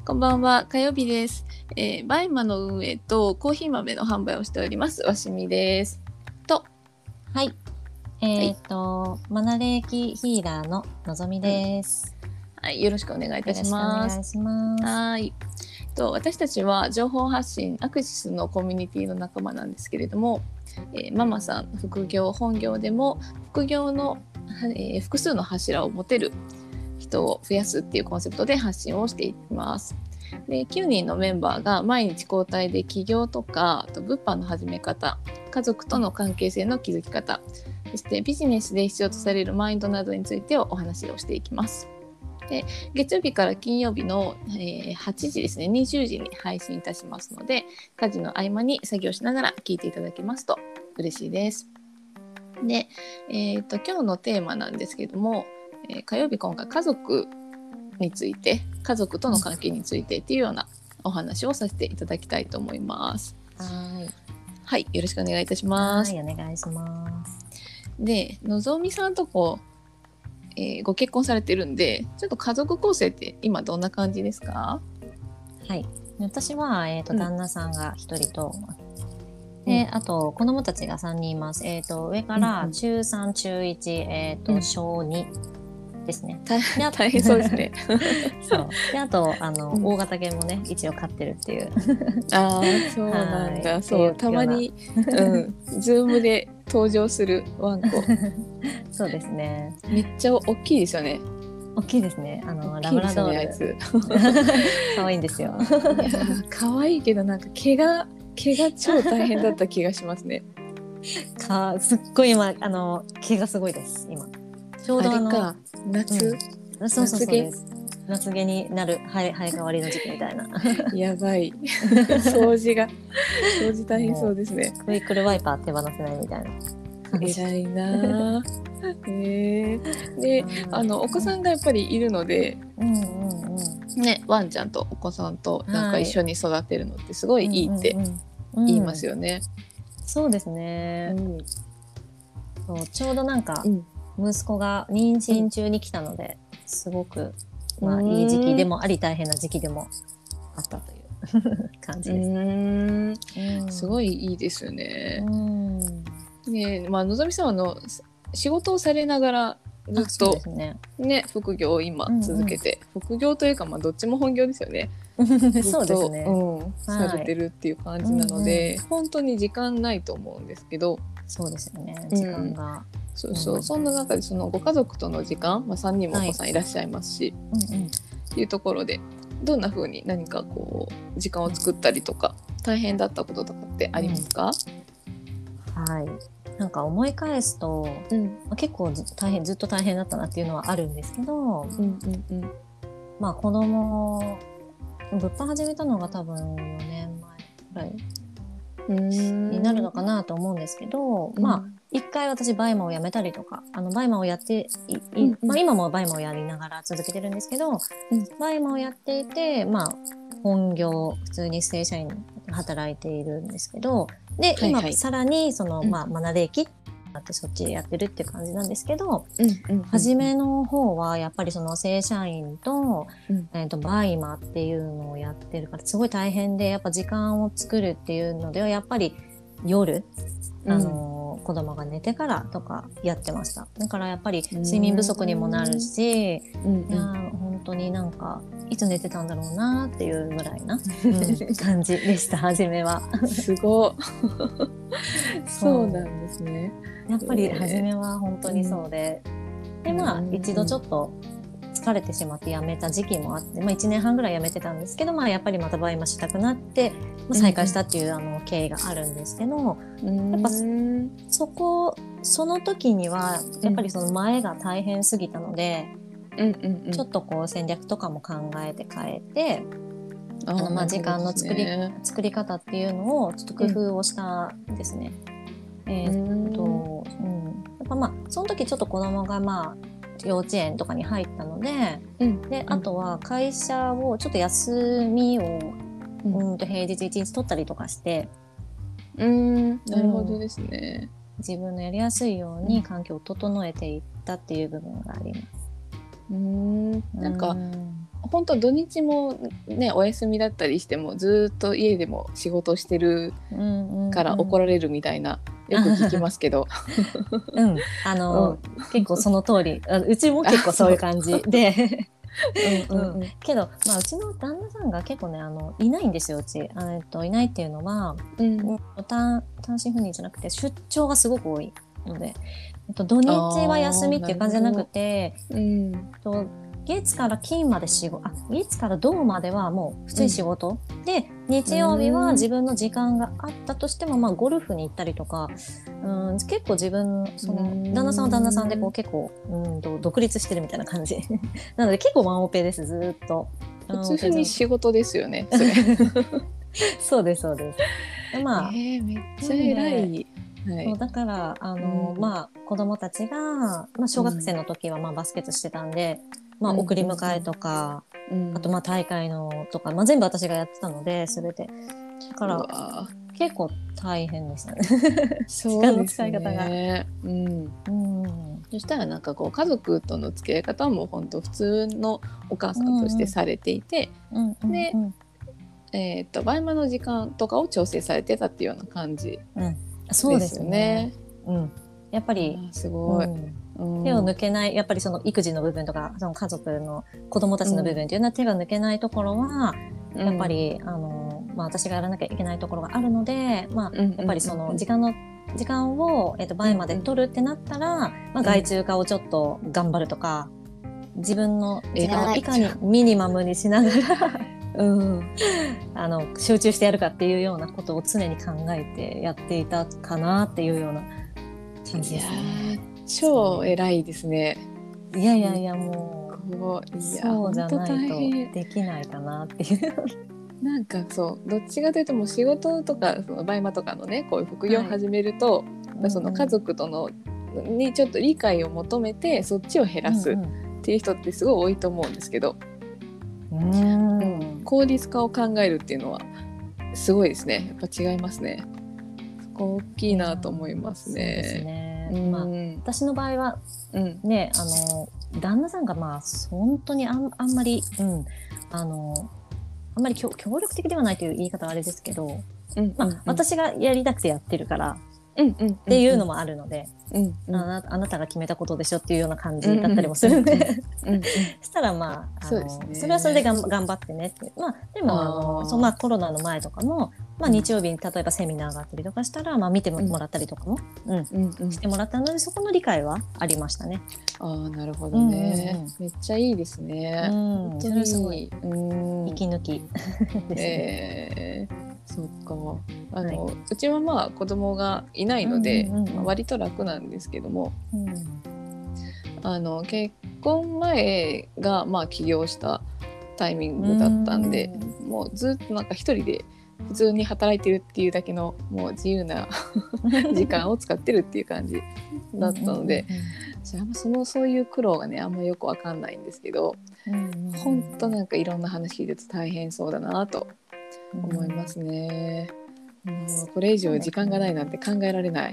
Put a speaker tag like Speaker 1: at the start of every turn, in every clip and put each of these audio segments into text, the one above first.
Speaker 1: こんばんは、火曜日です。バイマの運営とコーヒー豆の販売をしておりますわしみです。と、
Speaker 2: はい。マナレーキヒーラーののぞみです。
Speaker 1: はい、よろしくお願いいたし
Speaker 2: よろしくお
Speaker 1: ます。
Speaker 2: 願いします。
Speaker 1: はい。私たちは情報発信アクシスのコミュニティの仲間なんですけれども、ママさん、副業、本業でも副業の、複数の柱を持てる人を増やすっていうコンセプトで発信をしていきます。で、9人のメンバーが毎日交代で起業とか、あと物販の始め方、家族との関係性の築き方、そしてビジネスで必要とされるマインドなどについてお話をしていきます。で、月曜日から金曜日の、8時ですね、20時に配信いたしますので、家事の合間に作業しながら聞いていただけますと嬉しいです。で、今日のテーマなんですけども、火曜日今回家族について、家族との関係についてっていうようなお話をさせていただきたいと思います。はい、よろしくお願いいたします。
Speaker 2: はい、お願いします。
Speaker 1: で、のぞみさんとご結婚されてるんで、ちょっと家族構成って今どんな感じですか？
Speaker 2: はい。私は、旦那さんが1人と、で、あと子供たちが3人います。上から中3、中1、小2ですね。
Speaker 1: 大変そうですね。
Speaker 2: そう。で、あと大型犬もね、一応飼ってるっていう。
Speaker 1: ああ、そうなんだ。そう、たまにズームで登場するワンコ。
Speaker 2: そうですね。
Speaker 1: めっちゃ大きいですよね。
Speaker 2: 大きいですね。ラブラドール。可愛いんですよ。
Speaker 1: いや、可愛いけどなんか毛が超大変だった気がしますね。
Speaker 2: すっごい今毛がすごいです今。ちょうど
Speaker 1: 夏、
Speaker 2: そうです。夏毛になる生え変わりの時期みたいな。
Speaker 1: やばい。掃除大変そうですね。
Speaker 2: クイックルワイパー手放せないみたいな。
Speaker 1: 偉いな。で、お子さんがやっぱりいるので、ね、ワンちゃんとお子さんとなんか一緒に育てるのってすごいいいって言いますよね。
Speaker 2: そうですね。そうちょうどなんか息子が妊娠中に来たので、すごくいい時期でもあり大変な時期でもあったという感じです。
Speaker 1: すごいいいですよね。ね、のぞみさん仕事をされながらずっとね、副業を今続けて、副業というかどっちも本業ですよね。
Speaker 2: そうですね。
Speaker 1: されてるっていう感じなので、本当に時間ないと思うんですけど。
Speaker 2: そうですよね。時間が。
Speaker 1: そんな中でご家族との時間、3人もお子さんいらっしゃいますし、っていうところでどんな風に何かこう時間を作ったりとか大変だったこととかってありますか？
Speaker 2: はい。なんか思い返すと、結構ずっと大変だったなっていうのはあるんですけど、子供物販始めたのが多分4年前くらいになるのかなと思うんですけど、一回私バイマをやめたりとかバイマをやって今もバイマをやりながら続けてるんですけど、バイマをやっていて本業普通に正社員働いているんですけど、で今さらにマナレーキってそっちでやってるっていう感じなんですけど、初めの方はやっぱり正社員と、バイマっていうのをやってるからすごい大変で、やっぱ時間を作るっていうのではやっぱり夜子供が寝てからとかやってました。だからやっぱり睡眠不足にもなるし、本当になんかいつ寝てたんだろうなっていうぐらいな、感じでした初めは。
Speaker 1: すごい。そうなんですね。
Speaker 2: やっぱり初めは本当にそうで、で一度ちょっと疲れてしまって辞めた時期もあって、1年半ぐらい辞めてたんですけど、やっぱりまたバイマしたくなって再開したっていう経緯があるんですけど、やっぱその時にはやっぱり前が大変すぎたので、ちょっとこう戦略とかも考えて変えて、時間の作り方っていうのをちょっと工夫をしたんですね。やっぱその時ちょっと子供が幼稚園とかに入ったので、あとは会社をちょっと休みを、平日1日取ったりとかして、
Speaker 1: なるほどですね。
Speaker 2: 自分のやりやすいように環境を整えていったっていう部分があります。
Speaker 1: なんか本当土日もねお休みだったりしてもずっと家でも仕事してるから怒られるみたいな、よく聞きますけど
Speaker 2: 結構その通りうちも結構そういう感じでけど、うちの旦那さんが結構ねいないんですよ。うちいないっていうのは、単身赴任じゃなくて出張がすごく多いので、土日は休みっていう感じじゃなくて、月から金まで月から土まではもう普通に仕事、で日曜日は自分の時間があったとしても、ゴルフに行ったりとか、結構自分その旦那さんは旦那さんでこう結構独立してるみたいな感じなので結構ワンオペです。ずっと
Speaker 1: 普通に仕事ですよねそれ
Speaker 2: そうですそうです。で
Speaker 1: めっちゃ偉い。
Speaker 2: そうだから子供たちが、小学生の時はバスケットしてたんで、送り迎えとか、あと大会のとか、全部私がやってたので、それでだから結構大変でしたね時間の使い方が。
Speaker 1: そしたらなんかこう家族との付き合い方も本当普通のお母さんとしてされていて、でバイマの時間とかを調整されてたっていうような感じですよね。そうですね。
Speaker 2: やっぱり
Speaker 1: すごい。
Speaker 2: 手を抜けない、やっぱりその育児の部分とかその家族の子供たちの部分っていうのは手が抜けないところは、やっぱり私がやらなきゃいけないところがあるので、やっぱりその時間を倍まで取るってなったら、外注化をちょっと頑張るとか、自分の時間をいかにミニマムにしながら集中してやるかっていうようなことを常に考えてやっていたかなっていうような感じですね。
Speaker 1: 超偉いですね。
Speaker 2: いやもうそうじゃないとできないかなっていう
Speaker 1: なんかそうどっちかというともう仕事とかそのバイマとかのねこういう副業を始めると、その家族とのにちょっと理解を求めてそっちを減らすっていう人ってすごい多いと思うんですけど、効率化を考えるっていうのはすごいですね。やっぱ違いますね。そこ大きいなと思いますね。そうですね。
Speaker 2: 私の場合は、ね旦那さんが本当にあんまり、あんまり協力的ではないという言い方はあれですけど、私がやりたくてやってるからっていうのもあるので、あなたが決めたことでしょっていうような感じだったりもするんでそしたらそれはそれで頑張ってねって。でもコロナの前とかも、日曜日に例えばセミナーがあったりとかしたら、見てもらったりとかも、してもらったので、そこの理解はありましたね。
Speaker 1: なるほどね、めっちゃいいですね。
Speaker 2: それはすごい息抜きですね。
Speaker 1: そっか。うちは子供がいないので、割と楽なんですけども、結婚前が起業したタイミングだったんで、もうずっとなんか一人で普通に働いてるっていうだけのもう自由な時間を使ってるっていう感じだったので、そういう苦労がねあんまよくわかんないんですけど、ほんとなんかいろんな話聞いてると大変そうだなと思いますね。もうこれ以上時間がないなんて考えられない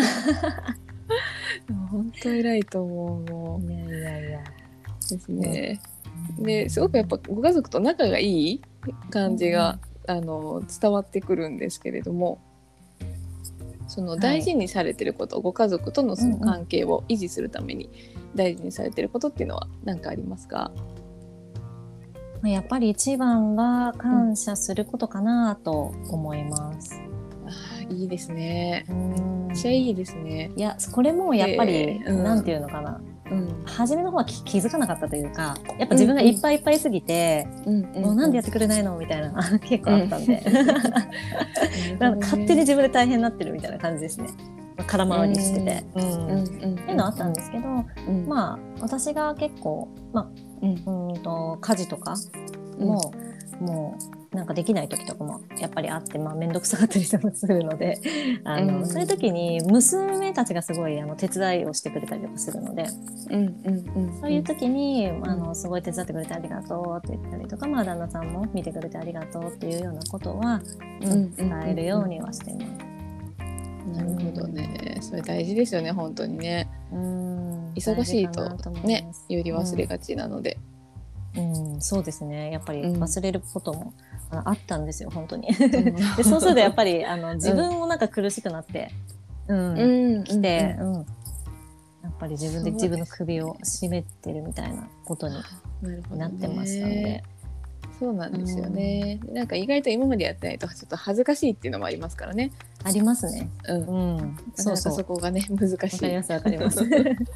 Speaker 1: 本当偉いと思う。もう
Speaker 2: いや
Speaker 1: ですね。ですごくやっぱご家族と仲がいい感じが、伝わってくるんですけれども、その大事にされてること、ご家族とのその関係を維持するために大事にされてることっていうのは何かありますか？
Speaker 2: やっぱり一番は感謝することかなと思います。
Speaker 1: いいですね。めっちゃいいですね。
Speaker 2: いやこれもやっぱり、なんていうのかな、初めの方は気づかなかったというか、やっぱ自分がいっぱいいっぱいすぎて、もうなんでやってくれないのみたいな結構あったんで、なんか勝手に自分で大変になってるみたいな感じですね。空回りしててっていうのはあったんですけど、私が結構家事とかも、もうなんかできない時とかもやっぱりあって、面倒くさかったりとかするのでそういう時に娘たちがすごい手伝いをしてくれたりとかするので、そういう時にすごい手伝ってくれてありがとうって言ったりとか、旦那さんも見てくれてありがとうっていうようなことは伝えるようにはしてます。
Speaker 1: なるほどね。それ大事ですよね、本当にね。忙しいとね、より忘れがちなので。
Speaker 2: そうですね。やっぱり忘れることも、あったんですよ、本当に。でそうするとやっぱり自分もなんか苦しくなって、来て、やっぱり自分の首を絞めてるみたいなことになってましたので。
Speaker 1: そうなんですよね。なんか意外と今までやってないとちょっと恥ずかしいっていうのもありますからね。
Speaker 2: ありますね。
Speaker 1: そうそこがね難しい。
Speaker 2: わかりますわかります。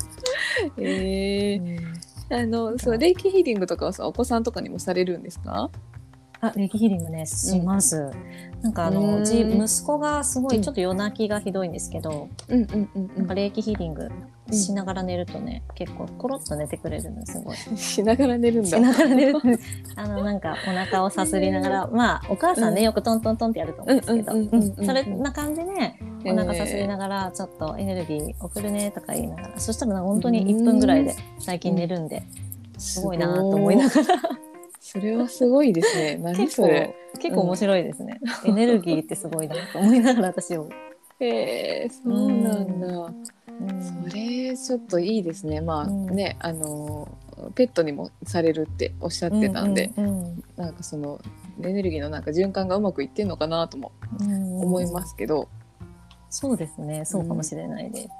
Speaker 1: そうレイキヒーリングとかはお子さんとかにもされるんですか？
Speaker 2: レイキヒーリングねします。なんか息子がすごいちょっと夜泣きがひどいんですけど、なんかレイキヒーリングしながら寝るとね、結構コロッと寝てくれるのすごい。
Speaker 1: しながら寝るんだ。
Speaker 2: しながら寝るなんかお腹をさすりながら、まあお母さんね、よくトントントンってやると思うんですけど、それな感じでお腹さすりながらちょっとエネルギー送るねとか言いながら、そしたら本当に1分ぐらいで最近寝るんで、すごいなと思いながら。
Speaker 1: それはすごいですね。何それ。
Speaker 2: 結構面白いですね。エネルギーってすごいなと思いながら私を。
Speaker 1: そうなんだ。それちょっといいですね。まあね、ペットにもされるっておっしゃってたんで、なんかそのエネルギーのなんか循環がうまくいってんのかなとも思いますけど。
Speaker 2: そうですね。そうかもしれないです。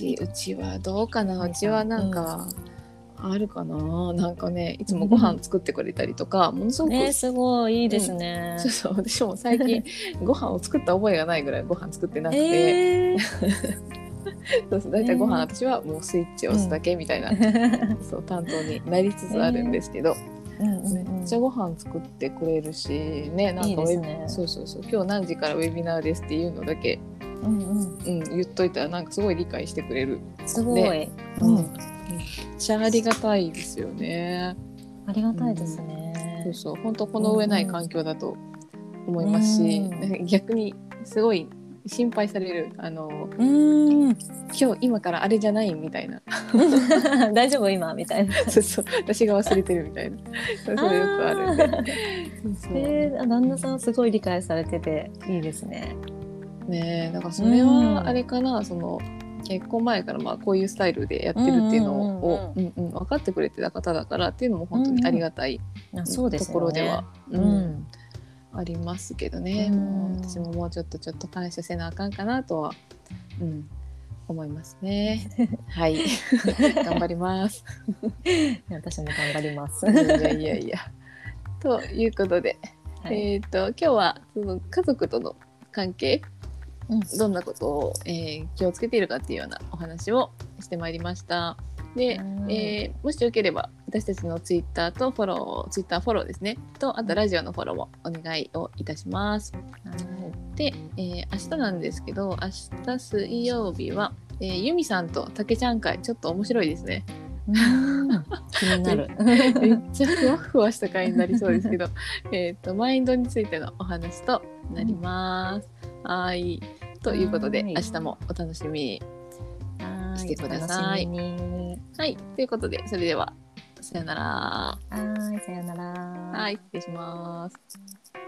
Speaker 1: うちはどうかな。うちはなんか。あるかな。なんかね、いつもご飯作ってくれたりとか、ものすごく
Speaker 2: すごいいいですね。
Speaker 1: そう私も最近ご飯を作った覚えがないぐらいご飯作ってなくて、だいたいご飯私はもうスイッチを押すだけみたいな、そう担当になりつつあるんですけど、めっちゃご飯作ってくれるしね、なんかそう今日何時からウェビナーですっていうのだけ言っといたらなんかすごい理解してくれる。
Speaker 2: すごい。
Speaker 1: めっちゃありがたいですよね。
Speaker 2: ありがたいですね。
Speaker 1: 本当この上ない環境だと思いますし、逆にすごい心配される。今日今からあれじゃないみたいな。
Speaker 2: 大丈夫今みたいな。
Speaker 1: 私が忘れてるみたいな。それよくあるんで。
Speaker 2: 旦那さんすごい理解されてていいですね。
Speaker 1: ね、だからそれはあれかな、結婚前からまあこういうスタイルでやってるっていうのを分かってくれてた方だからっていうのも本当にありがたいところではありますけどね。私ももうちょっと感謝せなあかんかなとは、思いますね。はい、頑張ります。
Speaker 2: 私も頑張ります。
Speaker 1: いや。ということで、今日はその家族との関係、どんなことを、気をつけているかっていうようなお話をしてまいりました。で、もしよければ私たちのツイッターとフォローですねと、あとラジオのフォローもお願いをいたします。で、明日なんですけど、明日水曜日は、ユミさんとたけちゃん会、ちょっと面白いですね。
Speaker 2: 気になる。
Speaker 1: めっちゃふわふわした会になりそうですけどマインドについてのお話となります。はいということで、明日もお楽しみにしてください。はい、ということで、それではさよなら。
Speaker 2: さよなら。
Speaker 1: はい、失礼します。